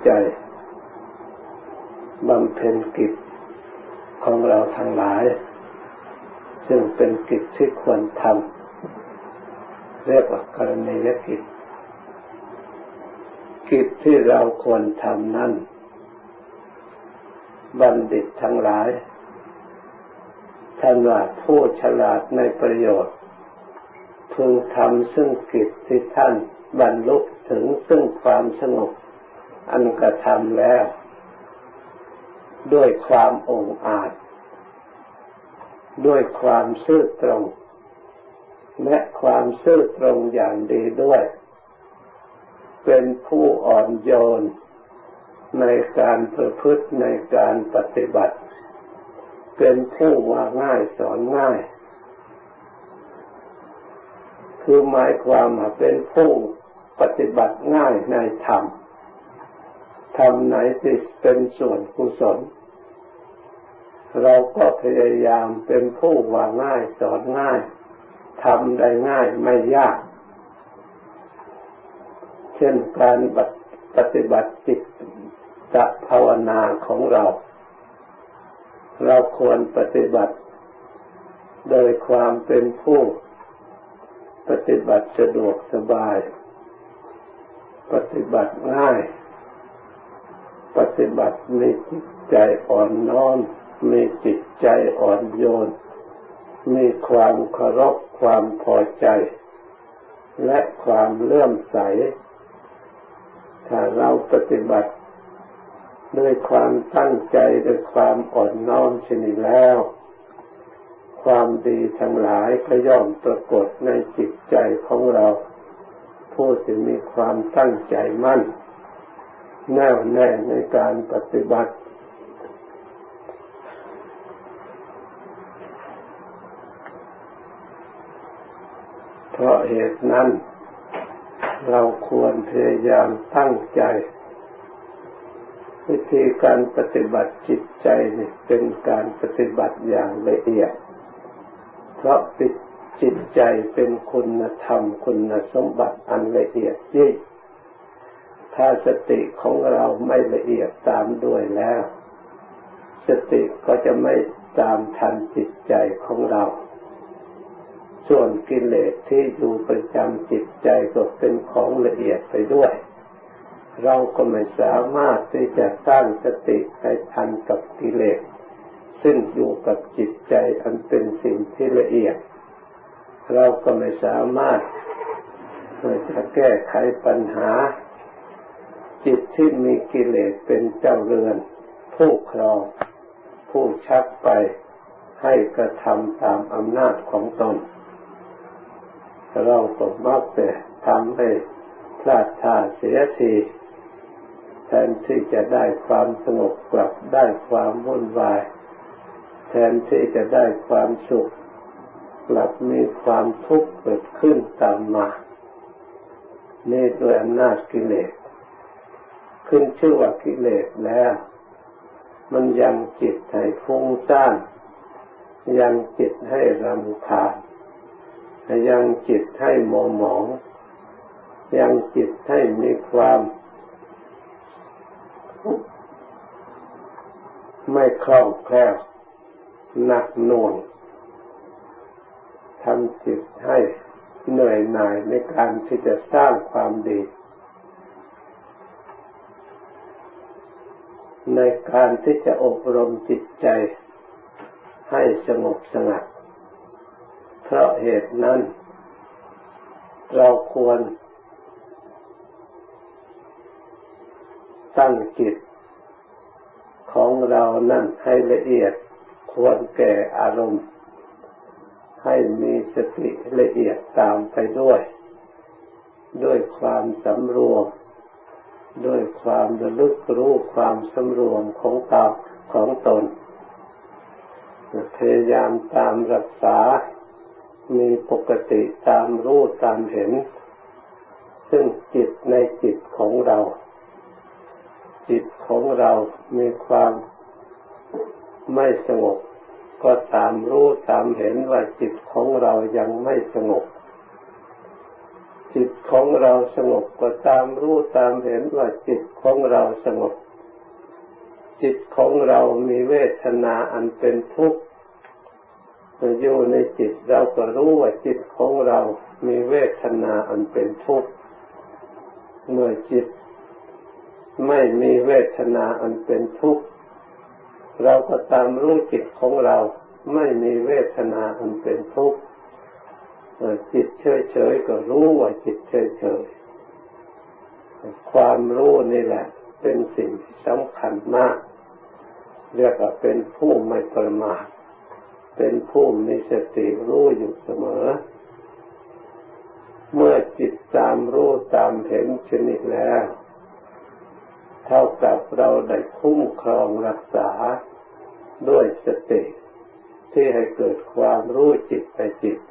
ใจบำเพ็ญกิจของเราทั้งหลายซึ่งเป็นกิจที่ควรทำเรียกว่ากรณียกิจกิจที่เราควรทำนั้นบัณฑิตทั้งหลายท่านว่าผู้ฉลาดในประโยชน์พึงทำซึ่งกิจที่ท่านบรรลุถึงซึ่งความสงบอันกระทำแล้วด้วยความองอาจด้วยความซื่อตรงและความซื่อตรงอย่างดีด้วยเป็นผู้อ่อนโยนในการประพฤติในการปฏิบัติเป็นผู้ว่าง่ายสอนง่ายคือหมายความว่าเป็นผู้ปฏิบัติง่ายในธรรมธรรมไหนที่เป็นส่วนกุศลเราก็พยายามเป็นผู้ว่าง่ายสอนง่ายทำได้ง่ายไม่ยากเช่นการปฏิบัติจิตภาวนาของเราควรปฏิบัติโดยความเป็นผู้ปฏิบัติสะดวกสบายปฏิบัติง่ายปฏิบัติมีจิตใจอ่อนน้อมมีจิตใจอ่อนโยนมีความเคารพความพอใจและความเลื่อมใสถ้าเราปฏิบัติด้วยความตั้งใจด้วยความอ่อนน้อมเช่นนี้แล้วความดีทั้งหลายก็ย่อมปรากฏในจิตใจของเราผู้ที่มีความตั้งใจมั่นแน่วแน่ในการปฏิบัติเพราะเหตุนั้นเราควรพยายามตั้งใจวิธีการปฏิบัติจิตใจนี่เป็นการปฏิบัติอย่างละเอียดเพราะจิตใจเป็นคุณธรรมคุณสมบัติอันละเอียดยิ่งถ้าสติของเราไม่ละเอียดตามด้วยแล้วสติก็จะไม่ตามทันจิตใจของเราส่วนกิเลสที่อยู่ประจำจิตใจก็เป็นของละเอียดไปด้วยเราก็ไม่สามารถที่จะสร้างสติให้ทันกับกิเลสซึ่งอยู่กับจิตใจอันเป็นสิ่งที่ละเอียดเราก็ไม่สามารถจะแก้ไขปัญหาจิตที่มีกิเลสเป็นเจ้าเรือนผู้ครองผู้ชักไปให้กระทำตามอำนาจของตนเราก็มักแต่ทำให้พลาดท่าเสียทีแทนที่จะได้ความสงบกลับได้ความวุ่นวายแทนที่จะได้ความสุขกลับมีความทุกข์เกิดขึ้นตามมานี่ด้วยอำนาจกิเลสขึ้นชื่อว่ากิเลสแล้วมันยังจิตให้ฟุ้งซ่านยังจิตให้รำคาญยังจิตให้มัวหมองยังจิตให้มีความไม่คล่องแคล่วหนักหน่วงทำจิตให้เหนื่อยหน่ายในการที่จะสร้างความดีในการที่จะอบรมจิตใจให้สงบสงัดเพราะเหตุนั้นเราควรตั้งจิตของเรานั่นให้ละเอียดควรแก่อารมณ์ให้มีสติละเอียดตามไปด้วยความสำรวมด้วยความระลึกรู้ความสำรวมของตนพยายามตามรักษามีปกติตามรู้ตามเห็นซึ่งจิตในจิตของเราจิตของเรามีความไม่สงบก็ตามรู้ตามเห็นว่าจิตของเรายังไม่สงบจิตของเราสงบก็ตามรู้ตามเห็นว่าจิตของเราสงบจิตของเรามีเวทนาอันเป็นทุกข์อยู่ในจิตเราก็รู้ว่าจิตของเรามีเวทนาอันเป็นทุกข์เมื่อจิตไม่มีเวทนาอันเป็นทุกข์เราก็ตามรู้จิตของเราไม่มีเวทนาอันเป็นทุกข์จิตเฉยๆก็รู้ว่าจิตเฉยๆความรู้นี่แหละเป็นสิ่งสำคัญมากเรียกว่าเป็นผู้ไม่ประมาทเป็นผู้มีสติรู้อยู่เสมอเมื่อจิตตามรู้ตามเห็นชนิดแล้วเท่ากับเราได้คุ้มครองรักษาด้วยสติที่ให้เกิดความรู้จิตในจิต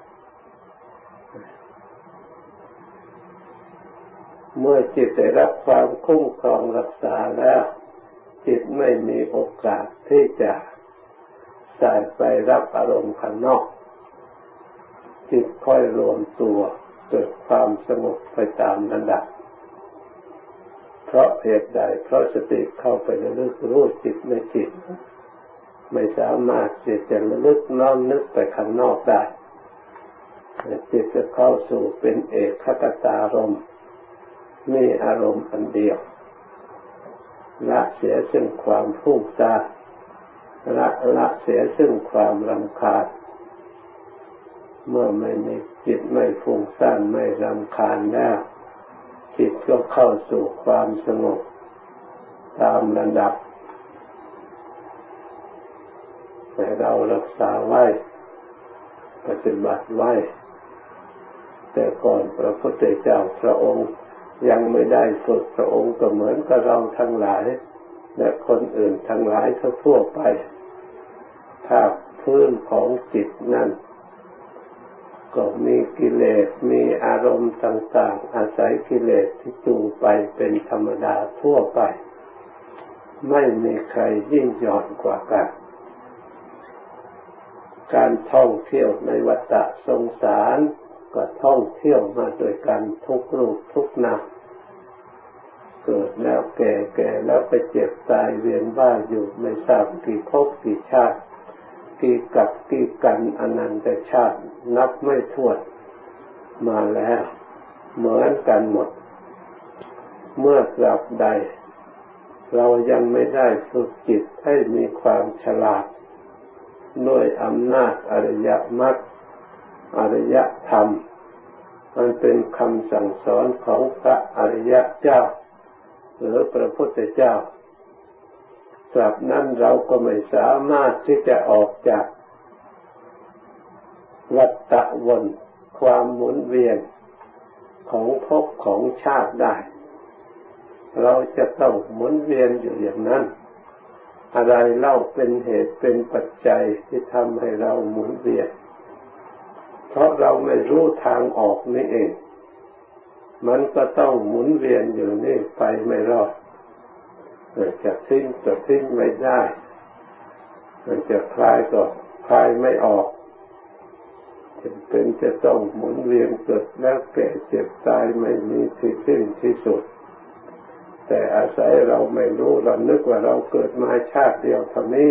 เมื่อจิตได้รับความคุ้มครองรักษาแล้วจิตไม่มีโอกาสที่จะสายไปรับอารมณ์ข้างนอกจิตค่อยรวมตัวเกิดความสงบไปตามลำดับเพราะเหตุใดเพราะสติเข้าไประลึกรู้จิตในจิตไม่สามารถที่จะระลึกน้อมนึกไปข้างนอกได้จิตจะเข้าสู่เป็นเอกคตารมณ์มีอารมณ์อันเดียวละเสียซึ่งความฟุ้งซ่านละเสียซึ่งความรำคาญเมื่อไม่มีจิตไม่ฟุ้งซ่านไม่รำคาญแล้วจิตก็เข้าสู่ความสงบตามระดับแต่เรารักษาไว้ปฏิบัติไว้แต่ก่อนพระพุทธเจ้าพระองค์ยังไม่ได้ฝึกพระองค์ก็เหมือนกับเราทั้งหลายและคนอื่นทั้งหลายทั่วไปถ้าพื้นของจิตนั้นก็มีกิเลสมีอารมณ์ต่างๆอาศัยกิเลสที่จูงไปเป็นธรรมดาทั่วไปไม่มีใครยิ่งหย่อนกว่ากันการท่องเที่ยวในวัฏสงสารก็ท่องเที่ยวมาโดยกันทุกรูปทุกนามเกิดแล้วแก่แล้วไปเจ็บตายเวียนว่ายอยู่ไม่ทราบกี่ภพกี่ชาติกี่กับกี่กันอนันตชาตินับไม่ถ้วนมาแล้วเหมือนกันหมดเมื่อตราบใดเรายังไม่ได้ฝึกจิตให้มีความฉลาดด้วยอำนาจอริยมรรคอริยธรรมมันเป็นคำสั่งสอนของพระอริยเจ้าหรือพระพุทธเจ้าตราบนั้นเราก็ไม่สามารถที่จะออกจากวัฏวนความหมุนเวียนของภพของชาติได้เราจะต้องหมุนเวียนอยู่อย่างนั้นอะไรเล่าเป็นเหตุเป็นปัจจัยที่ทำให้เราหมุนเวียนเพราะเราไม่รู้ทางออกนี่เองมันก็ต้องหมุนเวียนอยู่นี่ไปไม่รอดจะทิ้งก็ทิ้งไม่ได้มันจะคลายก็คลายไม่ออกจะต้องหมุนเวียนเกิดแล้วแก่เจ็บตายไม่มีที่สิ้นที่สุดแต่อาศัยเราไม่รู้เรานึกว่าเราเกิดมาชาติเดียวเท่านี้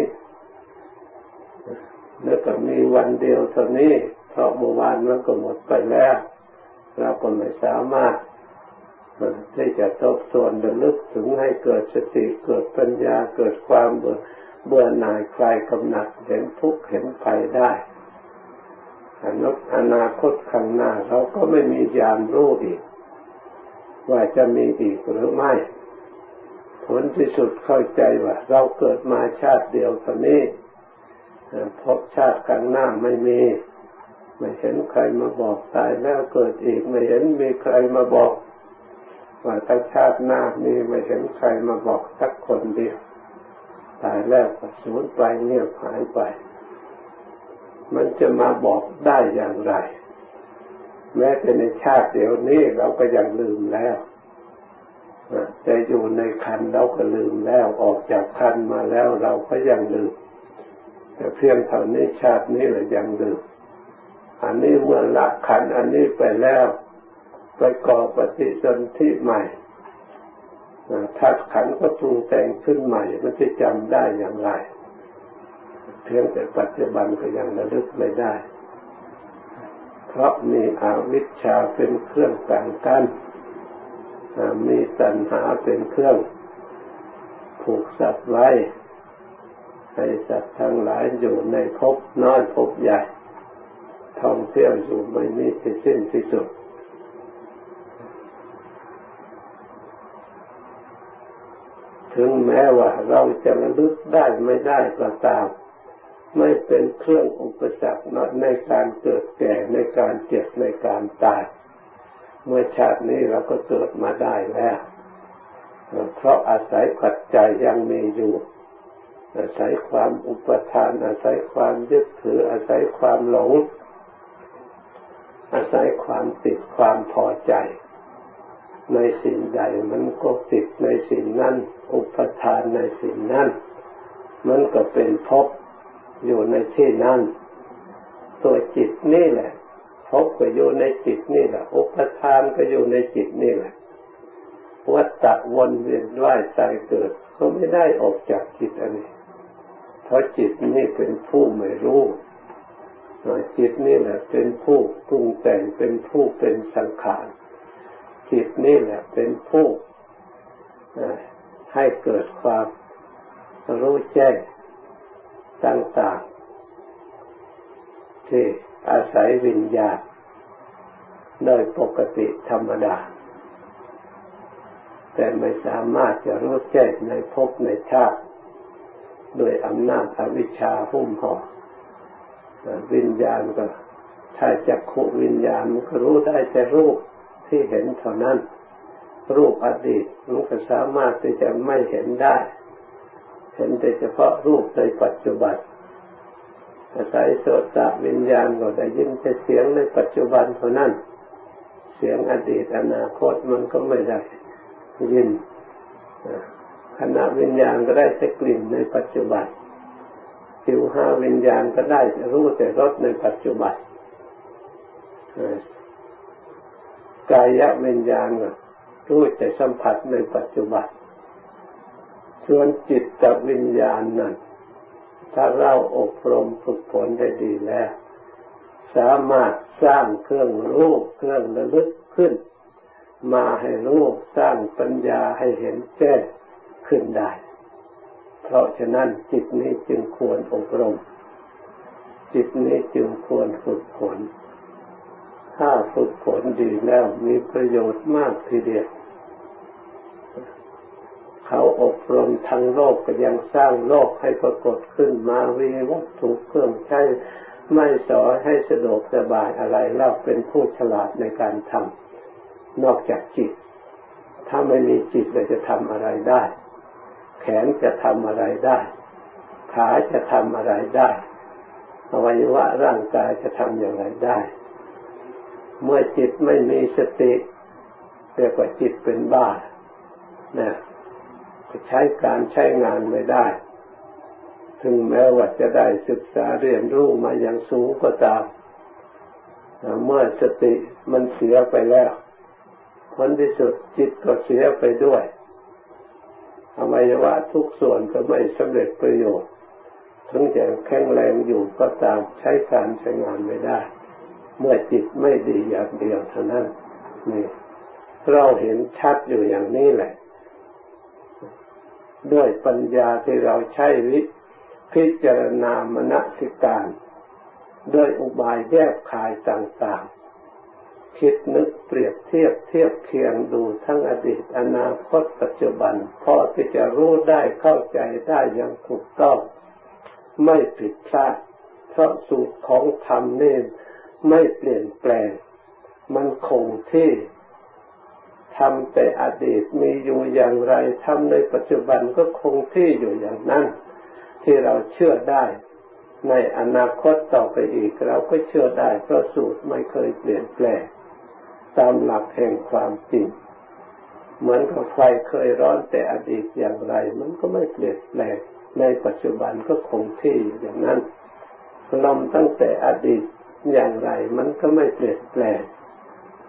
แล้วก็มีวันเดียวเท่านี้เพราะเมื่อวานมันก็หมดไปแล้วเราก็ไม่สามารถที่จะทบทวนระลึกถึงให้เกิดสติเกิดปัญญาเกิดความเบื่อหน่ายคลายกำหนัดเห็นทุกข์เห็นภัยได้อนาคตข้างหน้าเราก็ไม่มีญาณรู้อีกว่าจะมีอีกหรือไม่ผลที่สุดเข้าใจว่าเราเกิดมาชาติเดียวเท่านี้พบชาติข้างหน้าไม่มีไม่เห็นใครมาบอกตายแล้วเกิดอีกไม่เห็นมีใครมาบอกว่าถ้าชาติหน้ามีไม่เห็นใครมาบอกสักคนเดียวตายแล้วก็สูญไปเงียบหายไปมันจะมาบอกได้อย่างไรแม้แต่ในชาติเดียวนี้เราก็ยังลืมแล้วแต่อยู่ในครรภ์เราก็ลืมแล้วออกจากครรภ์มาแล้วเราก็ยังลืมแต่เพียงเท่านี้ชาตินี้เรายังลืมอันนี้เมื่อละขันธ์อันนี้ไปแล้วไปก่อปฏิสนธิใหม่ธาตุขันธ์ก็ปรุงแต่งขึ้นใหม่มันจะจำได้อย่างไรเพียงแต่ปัจจุบันก็ยังระลึกไม่ได้เพราะมีอวิชชาเป็นเครื่องกังกั้นมีตัณหาเป็นเครื่องผูกสัตว์ไว้ให้สัตว์ทั้งหลายอยู่ในภพน้อยภพใหญ่ท่องเที่ยวอยู่ไม่มีที่สิ้นที่สุดถึงแม้ว่าเราจะระลึกได้ไม่ได้ก็ตามไม่เป็นเครื่องอุปสรรคในการเกิดแก่ในการเจ็บในการตายเมื่อชาตินี้เราก็เกิดมาได้แล้วเพราะอาศัยปัจจัยยังมีอยู่อาศัยความอุปทานอาศัยความยึดถืออาศัยความหลงอาศัยความติดความพอใจในสิ่งใดมันก็ติดในสิ่งนั้นอุปทานในสิ่งนั้นมันก็เป็นภพอยู่ในที่นั้นตัวจิตนี่แหละภพก็อยู่ในจิตนี่แหละอุปทานก็อยู่ในจิตนี่แหละวัฏฏะวนเวียนว่ายตายเกิดก็ไม่ได้ออกจากจิตอันนี้เพราะจิตนี่เป็นผู้ไม่รู้จิตนี่แหละเป็นผู้ปรุงแต่งเป็นผู้เป็นสังขารจิตนี่แหละเป็นผู้ให้เกิดความรู้แจ้งต่างๆที่อาศัยวิญญาณโดยปกติธรรมดาแต่ไม่สามารถจะรู้แจ้งในภพในชาติโดยอำนาจอวิชชาหุ้มห่อวิญญาณก็ถ้าจักขุวิญญาณมันก็รู้ได้แต่รูปที่เห็นเท่านั้นรูปอดีตมันก็สามารถที่จะไม่เห็นได้เห็นแต่เฉพาะรูปในปัจจุบันอาศัยโสตวิญญาณก็ได้ยินแต่เสียงในปัจจุบันเท่านั้นเสียงอดีตอนาคตมันก็ไม่ได้ยินคณะวิญญาณก็ได้แต่กลิ่นในปัจจุบันจิวหาวิญญาณก็ได้รู้แต่รสในปัจจุบันกายวิญญาณก็รู้แต่สัมผัสในปัจจุบันส่วนจิตวิญญาณนั้นถ้าเราอบรมฝึกฝนได้ดีแล้วสามารถสร้างเครื่องรู้เครื่องระลึกขึ้นมาให้รู้สร้างปัญญาให้เห็นแจ้งขึ้นได้เพราะฉะนั้นจิตนี้จึงควรอบรมจิตนี้จึงควรฝึกฝนถ้าฝึกฝนดีแล้วมีประโยชน์มากทีเดียวเขาอบรมทั้งโลกก็ยังสร้างโลกให้ปรากฏขึ้นมามีวัตถุเครื่องใช้ไม่สอนให้สะดวกสบายอะไรแล้วเป็นผู้ฉลาดในการทำนอกจากจิตถ้าไม่มีจิตเราจะทำอะไรได้แขนจะทำอะไรได้ขาจะทำอะไรได้อวัยวะร่างกายจะทำอย่างไรได้เมื่อจิตไม่มีสติเรียกว่าจิตเป็นบ้านะใช้การใช้งานไม่ได้ถึงแม้ว่าจะได้ศึกษาเรียนรู้มาอย่างสูงก็ตามเมื่อสติมันเสียไปแล้วผลที่สุดจิตก็เสียไปด้วยอวัยวะทุกส่วนก็ไม่สำเร็จประโยชน์ถึงจะแข็งแรงอยู่ก็ตามใช้การใช้งานไม่ได้เมื่อจิตไม่ดีอย่างเดียวเท่านั้นนี่เราเห็นชัดอยู่อย่างนี้แหละด้วยปัญญาที่เราใช้พิจารณามนสิการด้วยอุบายแยกคายต่างๆคิดนึกเปรียบเทียบเคียงดูทั้งอดีตอนาคตปัจจุบันพอที่จะรู้ได้เข้าใจได้อย่างถูกต้องไม่ผิดพลาดเพราะสูตรของธรรมนี่ไม่เปลี่ยนแปลงมันคงที่ทำแต่อดีตมีอยู่อย่างไรทำในปัจจุบันก็คงที่อยู่อย่างนั้นที่เราเชื่อได้ในอนาคตต่อไปอีกเราก็เชื่อได้เพราะสูตรไม่เคยเปลี่ยนแปลงตามหลักแห่งความจริงเหมือนกับไฟเคยร้อนแต่อดีตอย่างไรมันก็ไม่เปลี่ยนแปลงในปัจจุบันก็คงที่อย่างนั้นลมตั้งแต่อดีตอย่างไรมันก็ไม่เปลี่ยนแปลง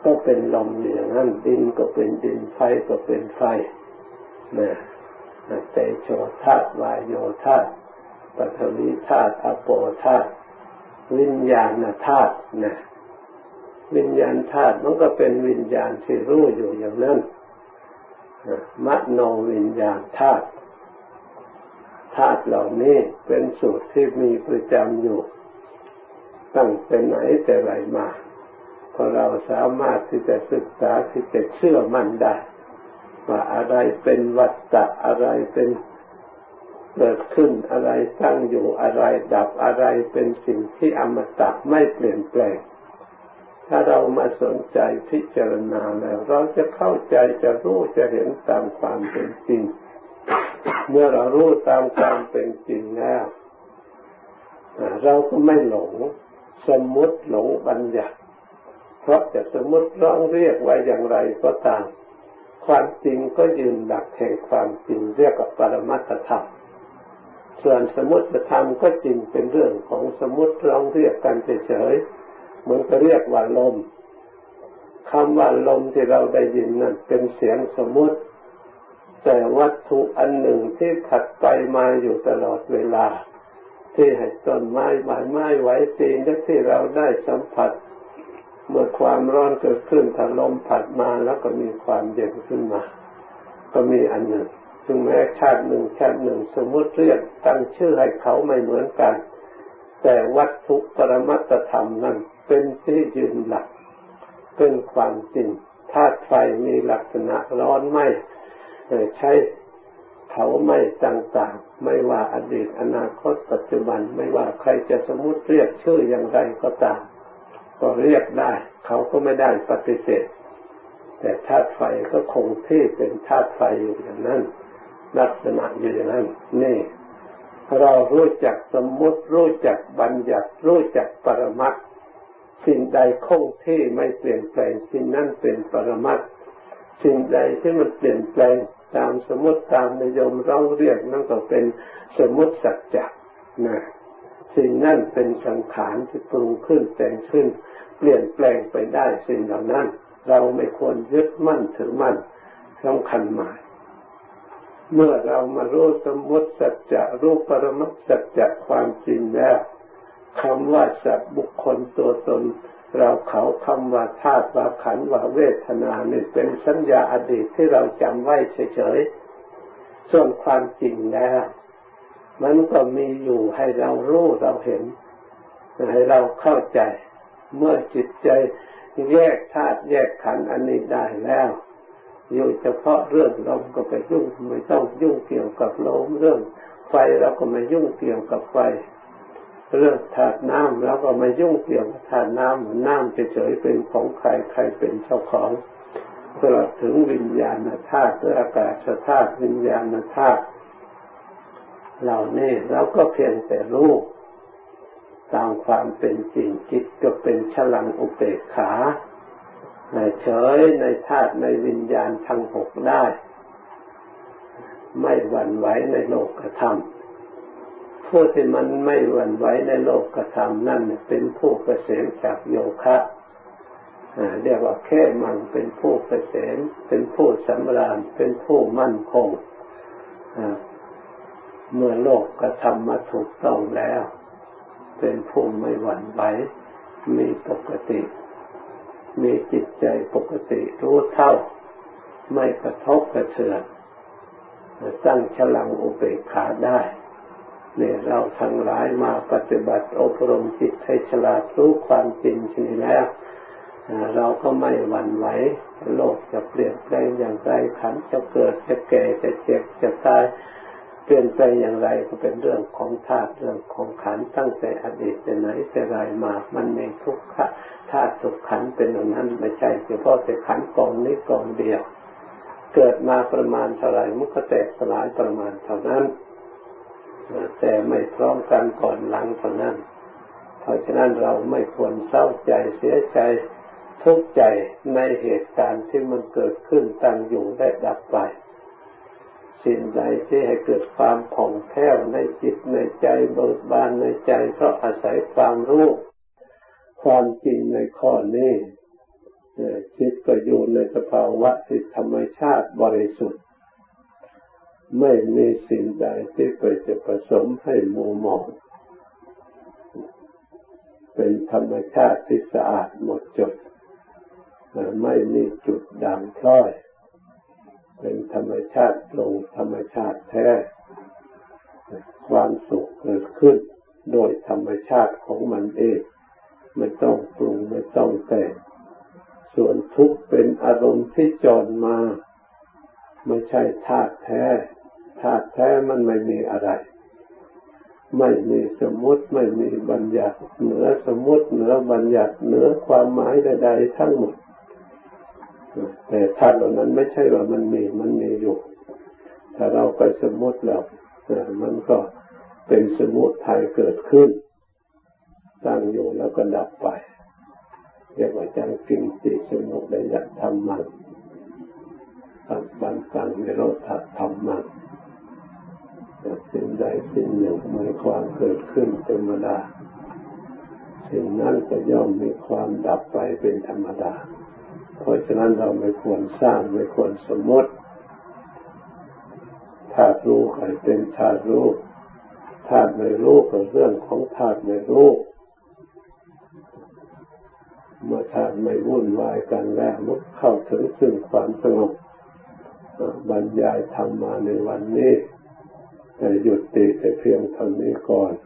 ก็เป็นลมอย่างนั้นดินก็เป็นดินไฟก็เป็นไฟนะเตโชธาตุวายโยธาตุปฐวีธาตุอาโปธาตุวิญญาณธาตุนะวิญญาณธาตุมันก็เป็นวิญญาณที่รู้อยู่อย่างนั้นมโนวิญญาณธาตุธาตุเหล่านี้เป็นสูตรที่มีประจำอยู่ตั้งแต่ไหนแต่ไรมาพอเราสามารถที่จะศึกษาที่จะเชื่อมั่นได้ว่าอะไรเป็นวัฏฏะอะไรเป็นเกิดขึ้นอะไรตั้งอยู่อะไรดับอะไรเป็นสิ่งที่อมตะไม่เปลี่ยนแปลงถ้าเรามาสนใจพิจารณาแล้วเราจะเข้าใจจะรู้จะเห็นตามความเป็นจริงเมื่อเรารู้ตามความเป็นจริงแล้วเราก็ไม่หลงสมมุติหลงบัญญัติเพราะจะสมมุติร้องเรียกไว้อย่างไรก็ตามความจริงก็ยืนหลักแห่งความจริงเรียกว่าปรมัตถธรรมส่วนสมมุติธรรมก็จริงเป็นเรื่องของสมมุติร้องเรียกกันเฉยๆเหมือนก็เรียกว่าลมคำว่าลมที่เราได้ยินนั่นเป็นเสียงสมมุติแต่วัตถุอันหนึ่งที่ผัดไปมาอยู่ตลอดเวลาที่ให้ต้นไม้ใบไม้ไหวตีนและที่เราได้สัมผัสเมื่อความร้อนเกิดขึ้นถ้าลมพัดมาแล้วก็มีความเย็นขึ้นมาก็มีอันหนึ่งถึงแม้ชาติหนึ่งสมมุติเรียกตั้งชื่อให้เขาไม่เหมือนกันแต่วัตถุปรมัตถธรรมนั้นเป็นที่ยืนหลักเป็นความจริงธาตุไฟมีลักษณะร้อนไหม้ใช้เผาไหม้ต่างๆไม่ว่าอดีตอนาคตปัจจุบันไม่ว่าใครจะสมมุติเรียกชื่ออย่างไรก็ตามก็เรียกได้เขาก็ไม่ได้ปฏิเสธแต่ธาตุไฟก็คงที่เป็นธาตุไฟอยู่อย่างนั้นลักษณะอยู่อย่างนั้นนี่เรารู้จักสมมุติรู้จักบัญญัติรู้จักปรมัตถ์สิ่งใดคงที่ไม่เปลี่ยนแปลงสิ่งนั้นเป็นปรมัตถ์สิ่งใดที่มันเปลี่ยนแปลงตามสมมุติตามนิยมร้องเรียกนั่นก็เป็นสมมุติสัจจะนะสิ่งนั้นเป็นสังขารที่ปรุงขึ้นแต่งขึ้นเปลี่ยนแปลงไปได้สิ่งเหล่านั้นเราไม่ควรยึดมั่นถือมั่นสำคัญหมายเมื่อเรามารู้สมมุติสัจจะรู้ปรมัตถสัจจะความจริงแล้วคำว่าสัตว์บุคคลตัวตนเราเขาคำว่าธาตุว่าขันธ์ว่าเวทนานี่เป็นสัญญาอดีตที่เราจำไว้เฉยๆส่วนความจริงแล้วมันก็มีอยู่ให้เรารู้เราเห็นให้เราเข้าใจเมื่อจิตใจแยกธาตุแยกขันธ์อันนี้ได้แล้วอยู่เฉพาะเรื่องลมก็ไปยุ่งไม่ต้องยุ่งเกี่ยวกับลมเรื่องไฟเราก็ไม่ยุ่งเกี่ยวกับไฟเรื่องธาตุน้ำเราก็ไม่ยุ่งเกี่ยวกับธาตุน้ำน้ำเฉยๆเป็นของใครใครเป็นเจ้าของตลอดถึงวิญญาณธาตุหรืออากาศธาตุวิญญาณธาตุเหล่านี้เราก็เพียงแต่รู้ตามความเป็นจริงจิตก็เป็นฉลังอุเบกขาเฉยในธาตุในวิญญาณทั้งหกได้ไม่หวั่นไหวในโลกธรรมผู้ที่มันไม่หวั่นไหวในโลกธรรมนั่นเป็นผู้เกษมจากโยคะเรียกว่าแค่มันเป็นผู้เกษมเป็นผู้สำราญเป็นผู้มั่นคงเมื่อโลกกระทำมาถูกต้องแล้วเป็นผู้ไม่หวั่นไหวมีปกติมีจิตใจปกติรู้เท่าไม่กระทบกระเทือนตั้งฉลังอุเบกขาได้เนี่ยเราทั้งหลายมาปฏิบัติอบรมจิตให้ฉลาดรู้ความจริงนี้แล้วเราก็ไม่หวั่นไหวโลกจะเปลี่ยนแปลงอย่างไรขันธ์จะเกิดจะแก่จะเจ็บจะตายเปลี่ยนแปลงอย่างไรก็เป็นเรื่องของธาตุเรื่องของขันธ์ตั้งแต่อดีตแต่ไหนแต่ไรมามันมีทุกขะธาตุทุกขันธ์เป็นอย่างนั้นไม่ใช่เฉพาะแต่ขันธ์กองนี้กองเดียวเกิดมาประมาณเท่าไหร่มันก็แตกสลายประมาณเท่านั้นแต่ไม่พร้อมกันก่อนหลังเท่านั้นเพราะฉะนั้นเราไม่ควรเศร้าใจเสียใจทุกข์ใจในเหตุการณ์ที่มันเกิดขึ้นตั้งอยู่และดับไปสิ่งใดที่ให้เกิดความผ่องแผ้วในจิตในใจเบิกบานในใจเพราะอาศัยความรู้ความจริงในข้อนี้จิตก็อยู่ในสภาวะที่ธรรมชาติบริสุทธิ์ไม่มีสิ่งใดที่ไปจะผสมให้มัวหมองเป็นธรรมชาติที่สะอาดหมดจดไม่มีจุดด่างพร้อยเป็นธรรมชาติตรงธรรมชาติแท้ความสุขเกิดขึ้นโดยธรรมชาติของมันเองไม่ต้องปรุงไม่ต้องแต่งส่วนทุกข์เป็นอารมณ์ที่จรมาไม่ใช่ธาตุแท้ธาตุแท้มันไม่มีอะไรไม่มีสมมติไม่มีบัญญัติเหนือสมมติเหนือบัญญัติเหนือความหมายใดๆทั้งหมดแต่ธาตุเหล่านั้นไม่ใช่ว่ามันมีอยู่ถ้าเราไปสมมติแล้วมันก็เป็นสมุทัยเกิดขึ้นตั้งอยู่แล้วก็ดับไปเรียกว่าจังกินติสมุทัยธรรมังสัมปันตังนิโรธธรรมังสิ่งใดสิ่งหนึ่งมีความเกิดขึ้นเป็นธรรมดาสิ่งนั้นก็ย่อมมีความดับไปเป็นธรรมดาเพราะฉะนั้นเราไม่ควรสร้างไม่ควรสมมติธาตุรู้ให้เป็นธาตุรู้ธาตุไม่รู้ก็เรื่องของธาตุไม่รู้เมื่อธาตุไม่วุ่นวายกันแล้วมุดเข้าถึงซึ่งความสงบบรรยายธรรมมาในวันนี้แต่หยุดติแต่เพียงเท่านี้ก่อน